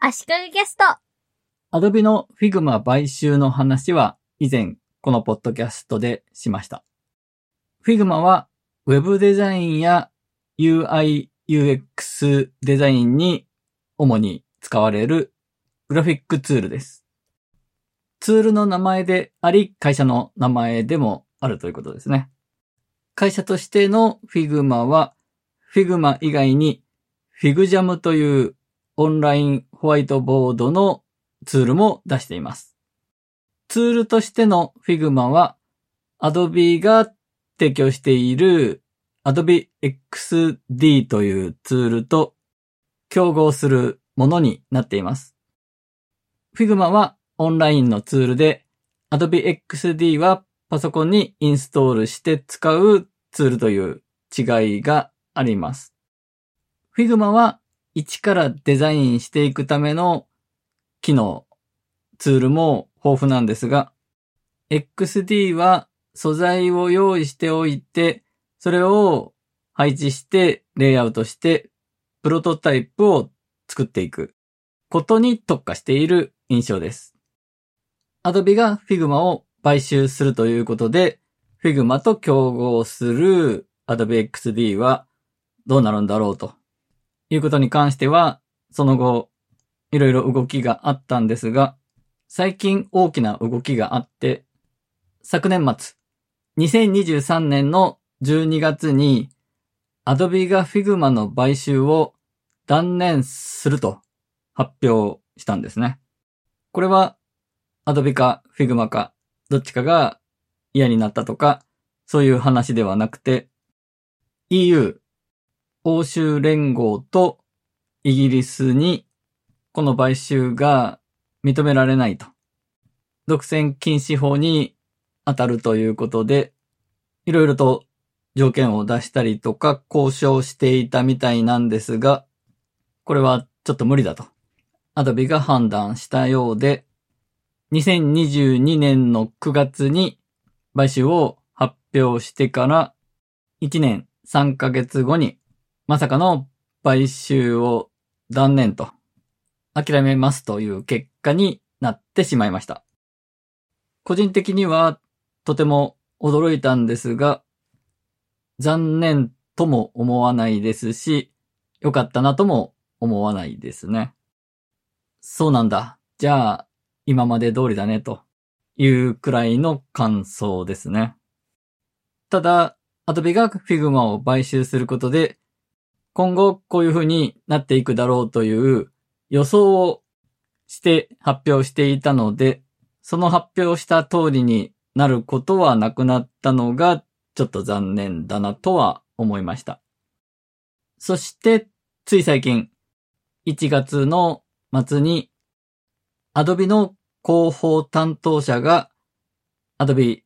足利ゲスト。 Adobe の Figma 買収の話は以前このポッドキャストでしました。Figma は Web デザインや UI/UX デザインに主に使われるグラフィックツールです。ツールの名前であり、会社の名前でもあるということですね。会社としての Figma は Figma 以外に FigJam というオンラインホワイトボードのツールも出しています。ツールとしての Figma は Adobe が提供している Adobe XD というツールと競合するものになっています。Figma はオンラインのツールで Adobe XD はパソコンにインストールして使うツールという違いがあります。Figma は一からデザインしていくための機能、ツールも豊富なんですが、XD は素材を用意しておいて、それを配置してレイアウトしてプロトタイプを作っていくことに特化している印象です。Adobe が Figma を買収するということで、Figma と競合する Adobe XD はどうなるんだろうということに関しては、その後いろいろ動きがあったんですが、最近大きな動きがあって、昨年末、2023年の12月に Adobe が Figma の買収を断念すると発表したんですね。これは Adobe か Figma かどっちかが嫌になったとかそういう話ではなくて EU、欧州連合とイギリスにこの買収が認められないと。独占禁止法に当たるということで、いろいろと条件を出したりとか交渉していたみたいなんですが、これはちょっと無理だと。Adobe が判断したようで、2022年の9月に買収を発表してから1年3ヶ月後にまさかの買収を断念と諦めますという結果になってしまいました。個人的にはとても驚いたんですが、残念とも思わないですし、良かったなとも思わないですね。そうなんだ。じゃあ、今まで通りだねというくらいの感想ですね。ただ、Adobe が Figma を買収することで、今後こういう風になっていくだろうという予想をして発表していたので、その発表した通りになることはなくなったのがちょっと残念だなとは思いました。そしてつい最近1月の末に Adobe の広報担当者が Adobe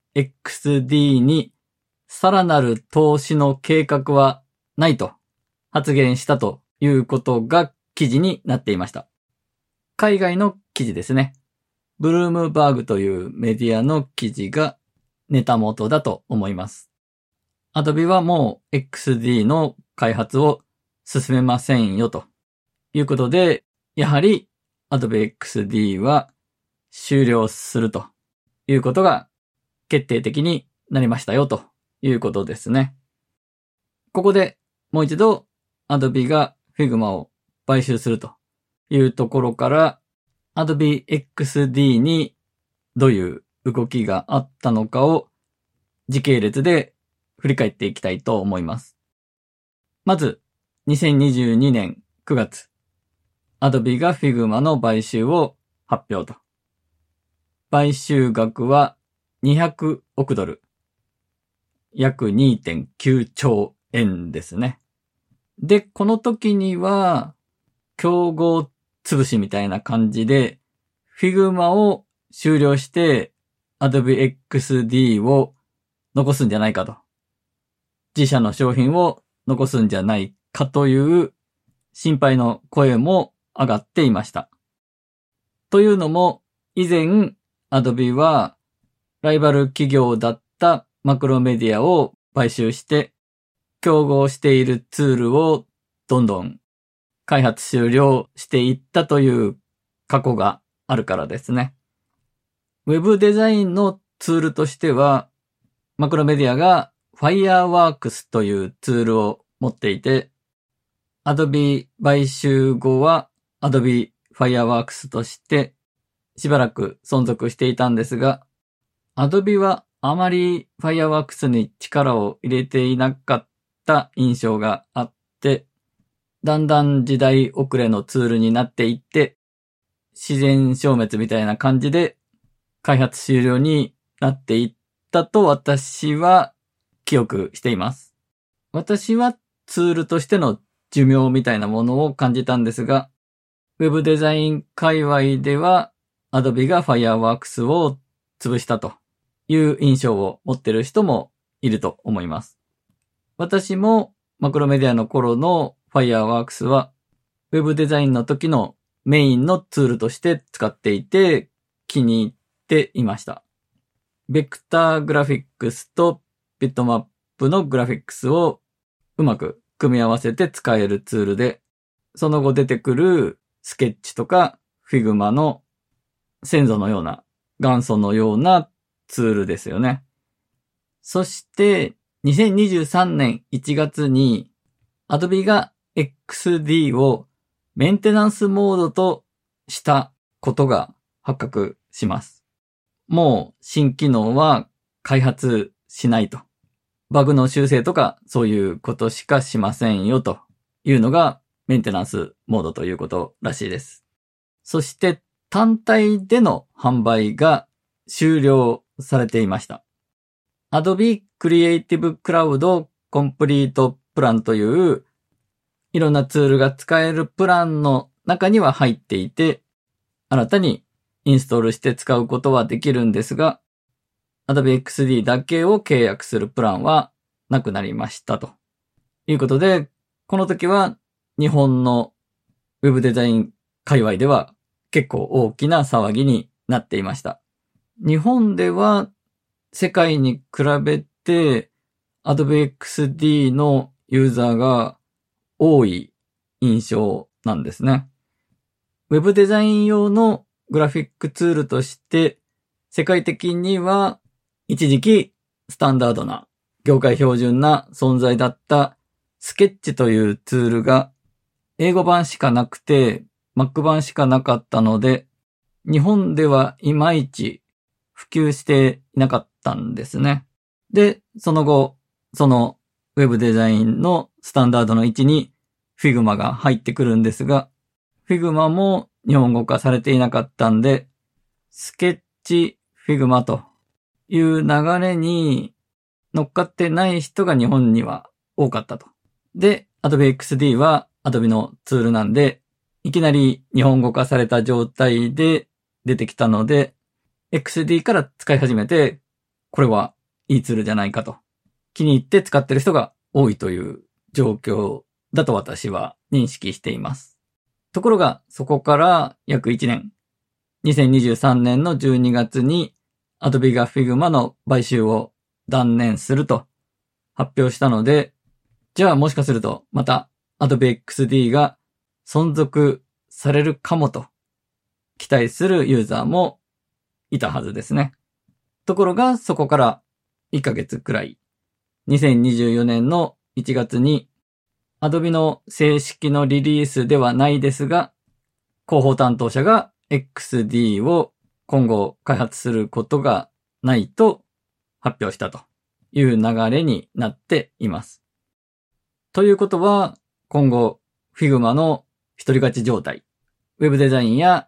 XD にさらなる投資の計画はないと発言したということが記事になっていました。海外の記事ですね。ブルームバーグというメディアの記事がネタ元だと思います。Adobe はもう XD の開発を進めませんよということで、やはり Adobe XD は終了するということが決定的になりましたよということですね。ここでもう一度 Adobe が Figma を買収するというところから、Adobe XD にどういう動きがあったのかを時系列で振り返っていきたいと思います。まず、2022年9月、Adobe が Figma の買収を発表と。買収額は200億ドル、約 2.9 兆円ですね。で、この時には、競合潰しみたいな感じで、Figma を終了して Adobe XD を残すんじゃないかと。自社の商品を残すんじゃないかという心配の声も上がっていました。というのも、以前 Adobe はライバル企業だったマクロメディアを買収して、競合しているツールをどんどん開発終了していったという過去があるからですね。ウェブデザインのツールとしては、マクロメディアが Fireworks というツールを持っていて、Adobe 買収後は Adobe Fireworks としてしばらく存続していたんですが、Adobe はあまり Fireworks に力を入れていなかった印象があって、だんだん時代遅れのツールになっていって、自然消滅みたいな感じで開発終了になっていったと私は記憶しています。私はツールとしての寿命みたいなものを感じたんですが、ウェブデザイン界隈では Adobe が Fireworks を潰したという印象を持っている人もいると思います。私もマクロメディアの頃の Fireworks は Web デザインの時のメインのツールとして使っていて気に入っていました。ベクターグラフィックスとビットマップのグラフィックスをうまく組み合わせて使えるツールで、その後出てくるスケッチとか Figma の先祖のような元祖のようなツールですよね。そして2023年1月に Adobe が XD をメンテナンスモードとしたことが発覚します。もう新機能は開発しないと。バグの修正とかそういうことしかしませんよというのがメンテナンスモードということらしいです。そして単体での販売が終了されていました。Adobe Creative Cloud Complete プランといういろんなツールが使えるプランの中には入っていて、新たにインストールして使うことはできるんですが、Adobe XD だけを契約するプランはなくなりましたということで、この時は日本のウェブデザイン界隈では結構大きな騒ぎになっていました。日本では世界に比べて Adobe XD のユーザーが多い印象なんですね。ウェブデザイン用のグラフィックツールとして世界的には一時期スタンダードな業界標準な存在だったスケッチというツールが英語版しかなくて Mac 版しかなかったので日本ではいまいち普及していなかったんですね。で、その後、そのウェブデザインのスタンダードの位置に Figma が入ってくるんですが、Figma も日本語化されていなかったんで、スケッチ Figma という流れに乗っかってない人が日本には多かったと。で、Adobe XD は Adobe のツールなんで、いきなり日本語化された状態で出てきたので、XD から使い始めて、これはいいツールじゃないかと。気に入って使ってる人が多いという状況だと私は認識しています。ところが、そこから約1年、2023年の12月に Adobe が Figma の買収を断念すると発表したので、じゃあもしかするとまた Adobe XD が存続されるかもと期待するユーザーもいたはずですね。ところがそこから1ヶ月くらい、2024年の1月に Adobe の正式のリリースではないですが、広報担当者が XD を今後開発することがないと発表したという流れになっています。ということは、今後 Figma の一人勝ち状態、ウェブデザインや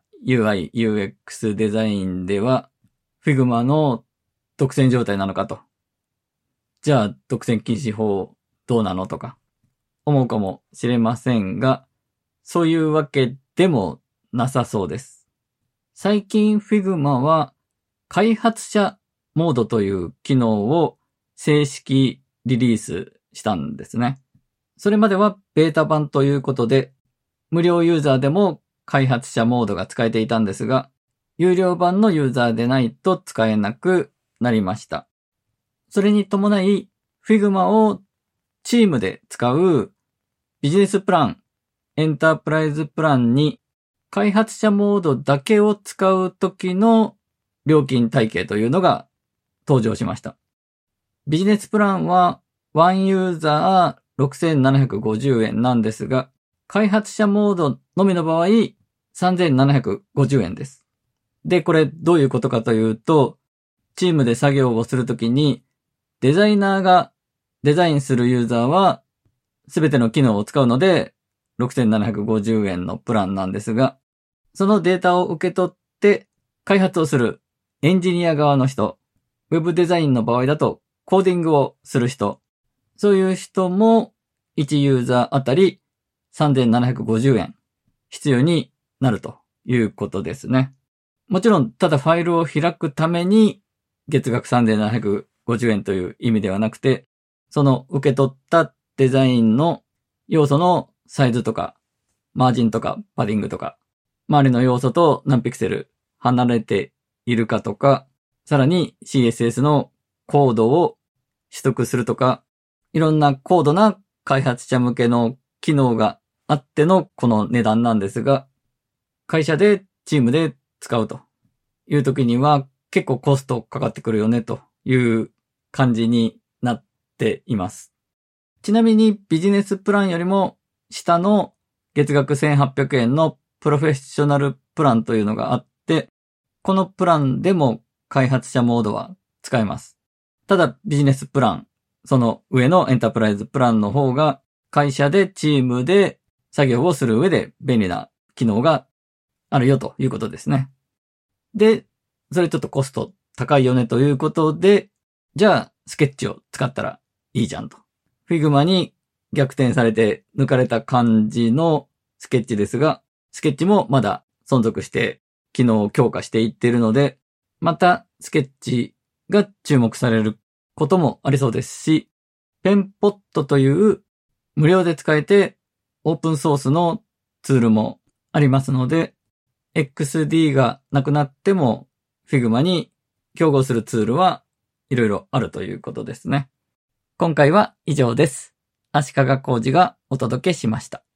UI、UX デザインでは Figma の独占状態なのかと。じゃあ独占禁止法どうなのとか思うかもしれませんが、そういうわけでもなさそうです。最近 Figma は開発者モードという機能を正式リリースしたんですね。それまではベータ版ということで、無料ユーザーでも開発者モードが使えていたんですが、有料版のユーザーでないと使えなくなりました。それに伴い Figma をチームで使うビジネスプラン、エンタープライズプランに開発者モードだけを使う時の料金体系というのが登場しました。ビジネスプランは1ユーザー6750円なんですが、開発者モードのみの場合3750円です。で、これどういうことかというと、チームで作業をするときにデザイナーがデザインするユーザーはすべての機能を使うので6750円のプランなんですが、そのデータを受け取って開発をするエンジニア側の人、ウェブデザインの場合だとコーディングをする人、そういう人も1ユーザーあたり3750円必要になるということですね。もちろんただファイルを開くために月額3750円という意味ではなくて、その受け取ったデザインの要素のサイズとか、マージンとかパディングとか、周りの要素と何ピクセル離れているかとか、さらに CSS のコードを取得するとか、いろんな高度な開発者向けの機能があってのこの値段なんですが、会社でチームで使うという時には結構コストかかってくるよねという感じになっています。ちなみにビジネスプランよりも下の月額1800円のプロフェッショナルプランというのがあって、このプランでも開発者モードは使えます。ただビジネスプラン、その上のエンタープライズプランの方が会社でチームで作業をする上で便利な機能があるよということですね。で、それちょっとコスト高いよねということで、じゃあスケッチを使ったらいいじゃんと。Figma に逆転されて抜かれた感じのスケッチですが、スケッチもまだ存続して機能を強化していっているので、またスケッチが注目されることもありそうですし、ペンポットという無料で使えてオープンソースのツールもありますので、XD がなくなっても Figma に競合するツールはいろいろあるということですね。今回は以上です。足利浩二がお届けしました。